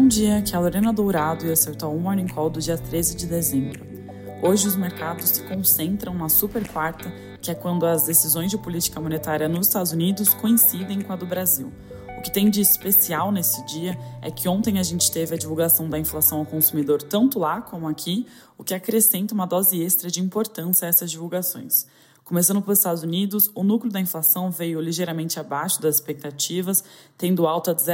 Bom dia, aqui é a Lorena Dourado e esse é o Itaú Morning Call do dia 13 de dezembro. Hoje os mercados se concentram na super quarta, que é quando as decisões de política monetária nos Estados Unidos coincidem com a do Brasil. O que tem de especial nesse dia é que ontem a gente teve a divulgação da inflação ao consumidor tanto lá como aqui, o que acrescenta uma dose extra de importância a essas divulgações. Começando pelos Estados Unidos, o núcleo da inflação veio ligeiramente abaixo das expectativas, tendo alta de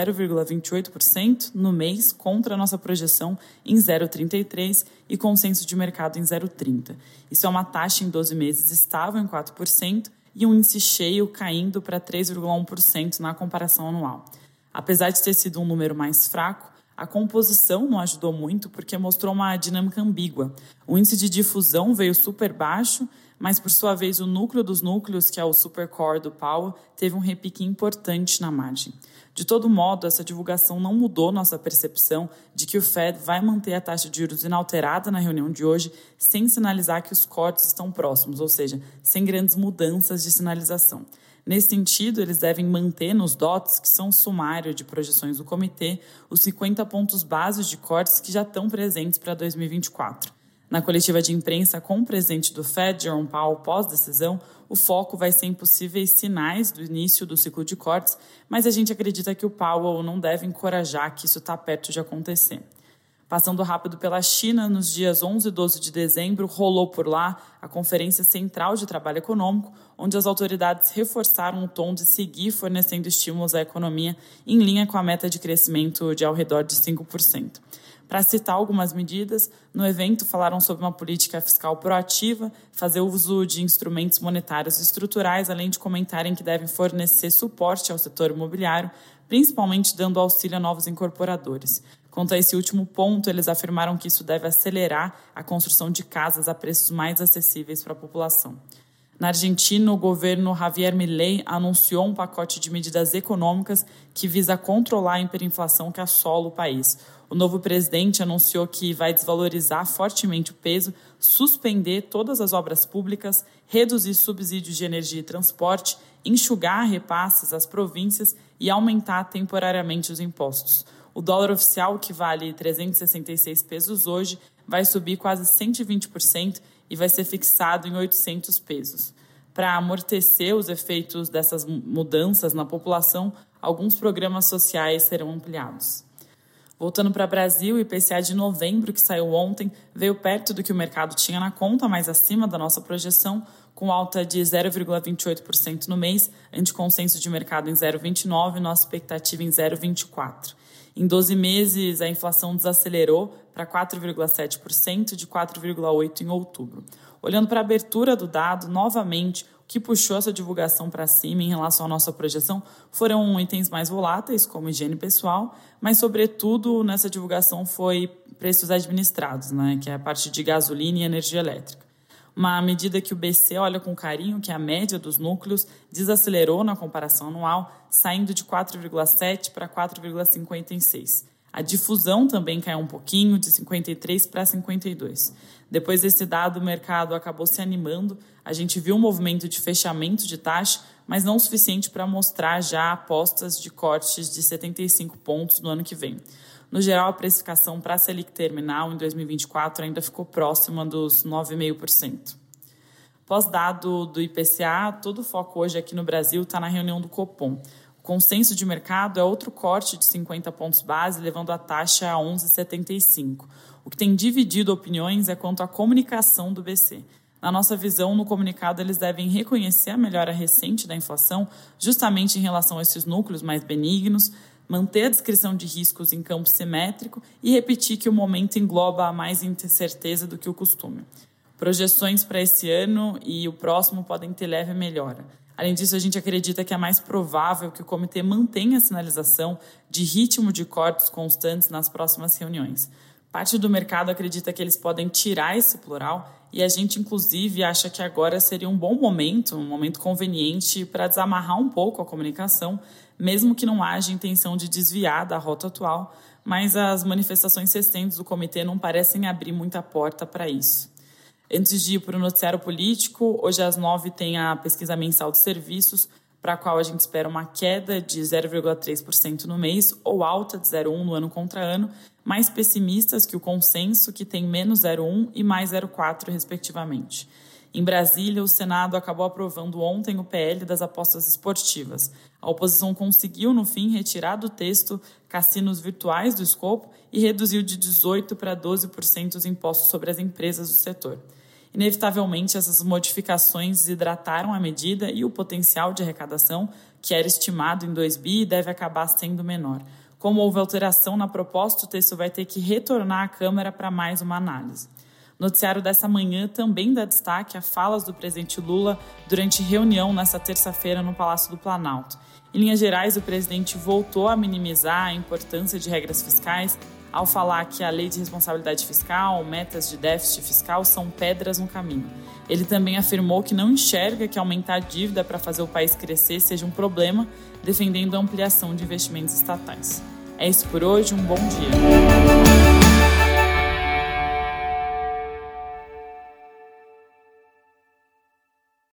0,28% no mês contra a nossa projeção em 0,33% e consenso de mercado em 0,30%. Isso é uma taxa em 12 meses estável em 4% e um índice cheio caindo para 3,1% na comparação anual. Apesar de ter sido um número mais fraco, a composição não ajudou muito porque mostrou uma dinâmica ambígua. O índice de difusão veio super baixo, mas por sua vez o núcleo dos núcleos, que é o supercore do Powell, teve um repique importante na margem. De todo modo, essa divulgação não mudou nossa percepção de que o Fed vai manter a taxa de juros inalterada na reunião de hoje, sem sinalizar que os cortes estão próximos, ou seja, sem grandes mudanças de sinalização. Nesse sentido, eles devem manter nos DOTs, que são o sumário de projeções do comitê, os 50 pontos básicos de cortes que já estão presentes para 2024. Na coletiva de imprensa com o presidente do Fed, Jerome Powell, pós-decisão, o foco vai ser em possíveis sinais do início do ciclo de cortes, mas a gente acredita que o Powell não deve encorajar que isso está perto de acontecer. Passando rápido pela China, nos dias 11 e 12 de dezembro, rolou por lá a Conferência Central de Trabalho Econômico, onde as autoridades reforçaram o tom de seguir fornecendo estímulos à economia em linha com a meta de crescimento de ao redor de 5%. Para citar algumas medidas, no evento falaram sobre uma política fiscal proativa, fazer uso de instrumentos monetários e estruturais, além de comentarem que devem fornecer suporte ao setor imobiliário, principalmente dando auxílio a novos incorporadores. Quanto a esse último ponto, eles afirmaram que isso deve acelerar a construção de casas a preços mais acessíveis para a população. Na Argentina, o governo Javier Milei anunciou um pacote de medidas econômicas que visa controlar a hiperinflação que assola o país. O novo presidente anunciou que vai desvalorizar fortemente o peso, suspender todas as obras públicas, reduzir subsídios de energia e transporte, enxugar repasses às províncias e aumentar temporariamente os impostos. O dólar oficial, que vale 366 pesos hoje, vai subir quase 120% e vai ser fixado em 800 pesos. Para amortecer os efeitos dessas mudanças na população, alguns programas sociais serão ampliados. Voltando para o Brasil, o IPCA de novembro, que saiu ontem, veio perto do que o mercado tinha na conta, mas acima da nossa projeção, com alta de 0,28% no mês, ante consenso de mercado em 0,29% e nossa expectativa em 0,24%. Em 12 meses, a inflação desacelerou para 4,7%, de 4,8% em outubro. Olhando para a abertura do dado, novamente, o que puxou essa divulgação para cima em relação à nossa projeção foram itens mais voláteis, como higiene pessoal, mas, sobretudo, nessa divulgação foi preços administrados, que é a parte de gasolina e energia elétrica. Uma medida que o BC olha com carinho, que é a média dos núcleos, desacelerou na comparação anual, saindo de 4,7 para 4,56. A difusão também caiu um pouquinho, de 53 para 52. Depois desse dado, o mercado acabou se animando. A gente viu um movimento de fechamento de taxa, mas não o suficiente para mostrar já apostas de cortes de 75 pontos no ano que vem. No geral, a precificação para a Selic terminal em 2024 ainda ficou próxima dos 9,5%. Pós-dado do IPCA, todo o foco hoje aqui no Brasil está na reunião do Copom. O consenso de mercado é outro corte de 50 pontos base, levando a taxa a 11,75. O que tem dividido opiniões é quanto à comunicação do BC. Na nossa visão, no comunicado, eles devem reconhecer a melhora recente da inflação, justamente em relação a esses núcleos mais benignos, manter a descrição de riscos em campo simétrico e repetir que o momento engloba mais incerteza do que o costume. Projeções para esse ano e o próximo podem ter leve melhora. Além disso, a gente acredita que é mais provável que o comitê mantenha a sinalização de ritmo de cortes constantes nas próximas reuniões. Parte do mercado acredita que eles podem tirar esse plural e a gente, inclusive, acha que agora seria um bom momento, um momento conveniente para desamarrar um pouco a comunicação, mesmo que não haja intenção de desviar da rota atual, mas as manifestações recentes do comitê não parecem abrir muita porta para isso. Antes de ir para o noticiário político, hoje às 9 tem a pesquisa mensal de serviços. para a qual a gente espera uma queda de 0,3% no mês ou alta de 0,1% no ano contra ano, mais pessimistas que o consenso, que tem menos 0,1% e mais 0,4%, respectivamente. Em Brasília, o Senado acabou aprovando ontem o PL das apostas esportivas. A oposição conseguiu, no fim, retirar do texto cassinos virtuais do escopo e reduziu de 18% para 12% os impostos sobre as empresas do setor. Inevitavelmente, essas modificações desidrataram a medida e o potencial de arrecadação, que era estimado em 2 bi, deve acabar sendo menor. Como houve alteração na proposta, o texto vai ter que retornar à Câmara para mais uma análise. O noticiário dessa manhã também dá destaque a falas do presidente Lula durante reunião nesta terça-feira no Palácio do Planalto. Em linhas gerais, o presidente voltou a minimizar a importância de regras fiscais ao falar que a lei de responsabilidade fiscal, metas de déficit fiscal são pedras no caminho. Ele também afirmou que não enxerga que aumentar a dívida para fazer o país crescer seja um problema, defendendo a ampliação de investimentos estatais. É isso por hoje, um bom dia.